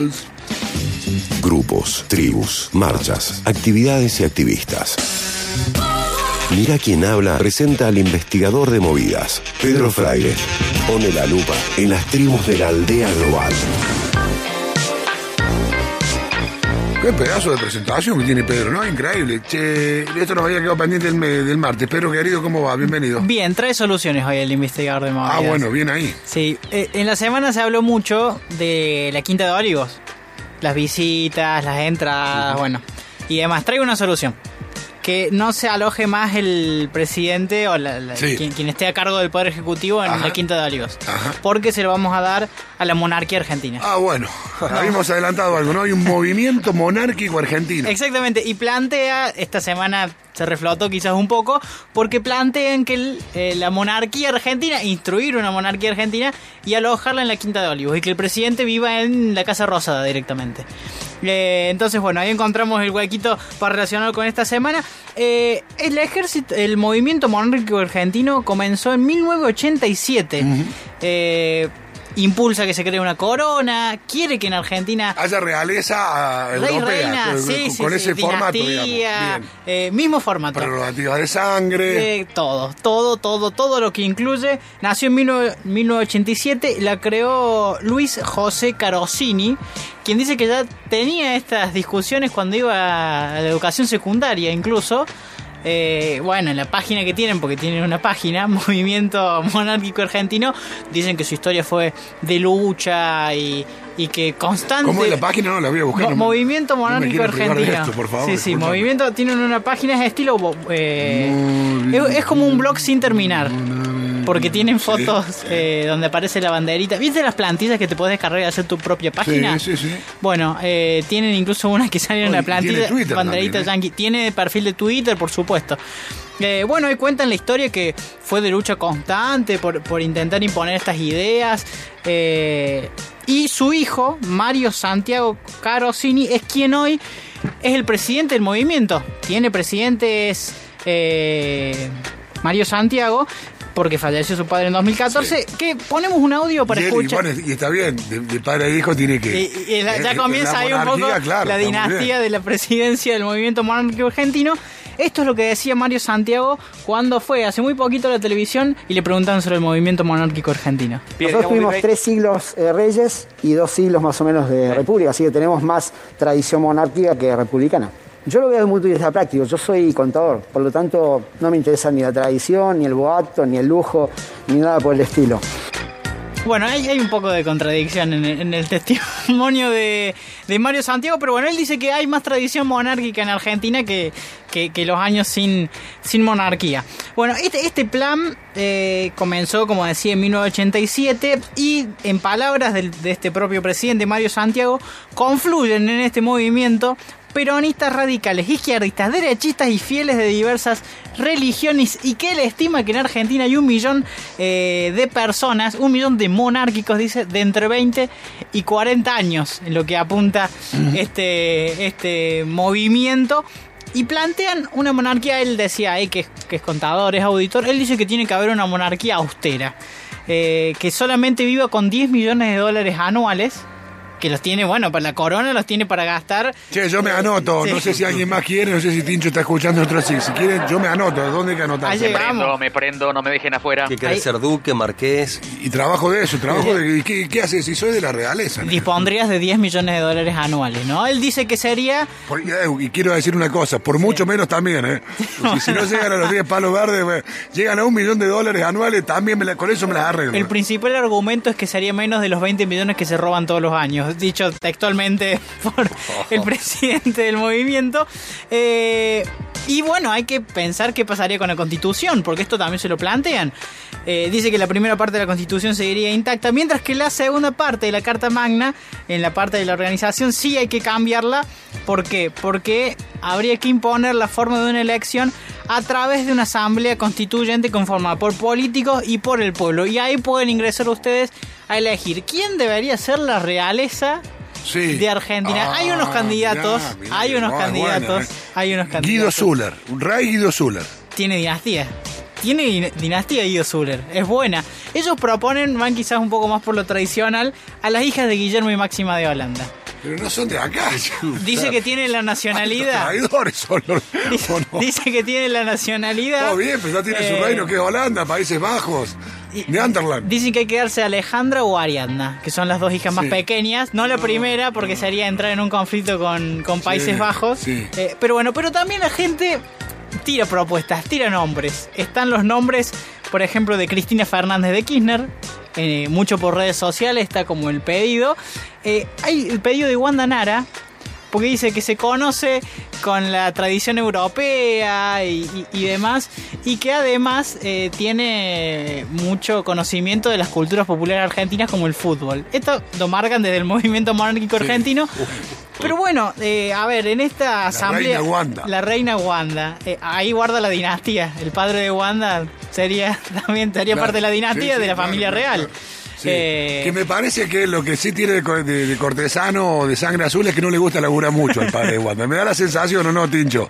Grupos, tribus, marchas, actividades y activistas. Mira quién habla presenta al investigador de movidas, Pedro Fraile. Pone la lupa en las tribus de la aldea global. Qué pedazo de presentación que tiene Pedro, ¿no? Increíble. Che, esto nos había quedado pendiente del martes. Pedro, querido, ¿cómo va? Bienvenido. Bien, trae soluciones hoy el investigador de movidas. Ah, bueno, bien ahí. Sí, en la semana se habló mucho de la Quinta de Olivos. Las visitas, las entradas, bueno. Y además, traigo una solución. Que no se aloje más el presidente o quien esté a cargo del Poder Ejecutivo en la Quinta de Olivos. Porque se lo vamos a dar a la monarquía argentina. Ah, bueno. Habíamos adelantado algo, ¿no? Hay un movimiento monárquico argentino. Exactamente. Y plantea, esta semana se reflotó quizás un poco, porque plantean que la monarquía argentina, instruir una monarquía argentina y alojarla en la Quinta de Olivos. Y que el presidente viva en la Casa Rosada directamente. Entonces, bueno, ahí encontramos el huequito para relacionarlo con esta semana. El movimiento monárquico argentino comenzó en 1987. Impulsa que se cree una corona, quiere que en Argentina haya realeza europea, reina, con ese formato, dinastía, mismo formato. Prerrogativas de sangre. Todo lo que incluye. Nació en 1987, la creó Luis José Carosini, quien dice que ya tenía estas discusiones cuando iba a la educación secundaria incluso. Bueno, en la página que tienen, porque tienen una página, Movimiento Monárquico Argentino, dicen que su historia fue de lucha y que constante. ¿Cómo es la página? No, la voy a buscar. Movimiento Monárquico Argentino. Esto, por favor, sí, Movimiento, tienen una página, es estilo es como un blog sin terminar. Porque tienen fotos donde aparece la banderita. ¿Viste las plantillas que te podés descargar y hacer tu propia página? Sí. Bueno, tienen incluso una que sale en la plantilla, banderita también, yankee. Tiene perfil de Twitter, por supuesto. Bueno, ahí cuentan la historia que fue de lucha constante por intentar imponer estas ideas. Y su hijo, Mario Santiago Carosini, es quien hoy es el presidente del movimiento. Tiene presidentes Mario Santiago, porque falleció su padre en 2014, que ponemos un audio para escuchar. Y está bien, de padre a hijo tiene que... ya comienza ahí un poco la dinastía de la presidencia del movimiento monárquico argentino. Esto es lo que decía Mario Santiago cuando fue hace muy poquito a la televisión y le preguntaron sobre el movimiento monárquico argentino. Nosotros tuvimos 3 siglos reyes y 2 siglos más o menos de república, así que tenemos más tradición monárquica que republicana. Yo lo veo desde un punto de vista práctico, yo soy contador, por lo tanto no me interesa ni la tradición, ni el boato, ni el lujo, ni nada por el estilo. Bueno, hay un poco de contradicción en el testimonio de Mario Santiago, pero bueno, él dice que hay más tradición monárquica en Argentina que los años sin monarquía. Bueno, este plan comenzó, como decía, en 1987 y en palabras de este propio presidente Mario Santiago, confluyen en este movimiento peronistas radicales, izquierdistas, derechistas y fieles de diversas religiones, y que él estima que en Argentina hay 1 millón de personas, 1 millón de monárquicos, dice, de entre 20 y 40 años, en lo que apunta este movimiento. Y plantean una monarquía, él decía que es contador, es auditor, él dice que tiene que haber una monarquía austera, que solamente viva con $10 millones anuales, que los tiene, bueno, para la corona los tiene para gastar. Che, yo me anoto, no sé si alguien más quiere, no sé si Tincho está escuchando otro así. Si quieren, yo me anoto, ¿dónde hay que anotar? Me prendo, no me dejen afuera. ¿Qué querés ser duque, marqués? Y trabajo de eso, ¿qué haces si soy de la realeza? Dispondrías de $10 millones anuales, ¿no? Él dice que sería... Y quiero decir una cosa, por mucho menos también, Porque si no llegan a los 10 palos verdes, llegan a $1 millón anuales, también con eso me las arreglo. El principal argumento es que sería menos de los 20 millones que se roban todos los años, dicho textualmente por el presidente del movimiento. Y bueno, hay que pensar qué pasaría con la Constitución, porque esto también se lo plantean. Dice que la primera parte de la Constitución seguiría intacta, mientras que la segunda parte de la Carta Magna, en la parte de la organización, sí hay que cambiarla. ¿Por qué? Porque habría que imponer la forma de una elección a través de una asamblea constituyente conformada por políticos y por el pueblo. Y ahí pueden ingresar ustedes a elegir quién debería ser la realeza de Argentina. Hay unos candidatos, hay unos candidatos. Guido Zuller, un rey Guido Zuller. Tiene dinastía Guido Zuller, es buena. Ellos proponen, van quizás un poco más por lo tradicional, a las hijas de Guillermo y Máxima de Holanda. Pero no son de acá. Dice que tiene la nacionalidad. Los traidores son los... Dice que tiene la nacionalidad. Todo bien, pero ya tiene su reino, que es Holanda, Países Bajos, Neanderland. Dicen que hay que darse a Alejandra o Ariadna, que son las dos hijas más pequeñas. No la primera, porque sería entrar en un conflicto con Países Bajos. Sí. Pero bueno, pero también la gente tira propuestas, tira nombres. Están los nombres, por ejemplo, de Cristina Fernández de Kirchner. Mucho por redes sociales, está como el pedido. Hay el pedido de Wanda Nara, porque dice que se conoce con la tradición europea y demás, y que además tiene mucho conocimiento de las culturas populares argentinas como el fútbol. Esto lo marcan desde el movimiento monárquico argentino. Pero bueno, a ver, en esta asamblea... La reina Wanda. Ahí guarda la dinastía. El padre de Wanda sería parte de la dinastía de la familia real. Sí. Que me parece que lo que sí tiene de cortesano o de sangre azul es que no le gusta laburar mucho al padre de Wanda. Me da la sensación, ¿o no, Tincho?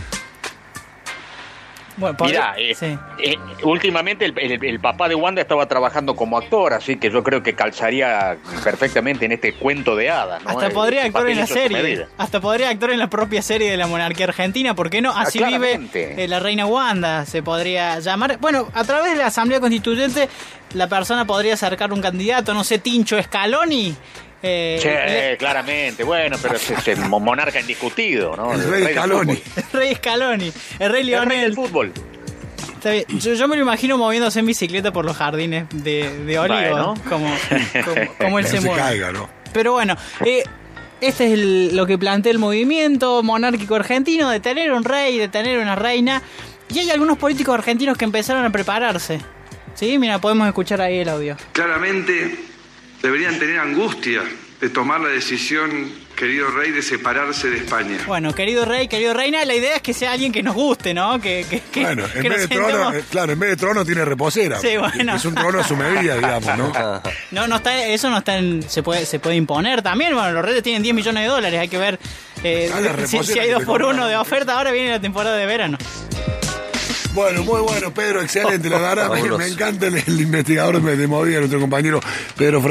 Bueno, mirá, últimamente el papá de Wanda estaba trabajando como actor, así que yo creo que calzaría perfectamente en este cuento de hadas, ¿no? Hasta podría actuar en la serie. Hasta podría actuar en la propia serie de la monarquía argentina, ¿por qué no? Así vive la reina Wanda, se podría llamar. Bueno, a través de la Asamblea Constituyente la persona podría acercar un candidato, no sé, Tincho Scaloni. Claramente, bueno, pero es monarca indiscutido, ¿no? El rey Scaloni. El rey Scaloni, el rey Lionel. El rey del fútbol. Está bien. Yo me lo imagino moviéndose en bicicleta por los jardines de Olivos, bueno. como él se mueve. Caiga, ¿no? Pero bueno, este es lo que plantea el movimiento monárquico argentino, de tener un rey, de tener una reina. Y hay algunos políticos argentinos que empezaron a prepararse. ¿Sí? Mira, podemos escuchar ahí el audio. Claramente deberían tener angustia de tomar la decisión, querido rey, de separarse de España. Bueno, querido rey, querido reina, la idea es que sea alguien que nos guste, ¿no? Bueno, en vez de trono, claro, en vez de trono tiene reposera. Sí, bueno. Es un trono a su medida, digamos, ¿no? No está, eso no está en, se puede imponer también. Bueno, los reyes tienen $10 millones, hay que ver si hay 2x1 de oferta. Ahora viene la temporada de verano. Bueno, muy bueno, Pedro, excelente, la verdad, me encanta el investigador de movida, nuestro compañero Pedro Fraile.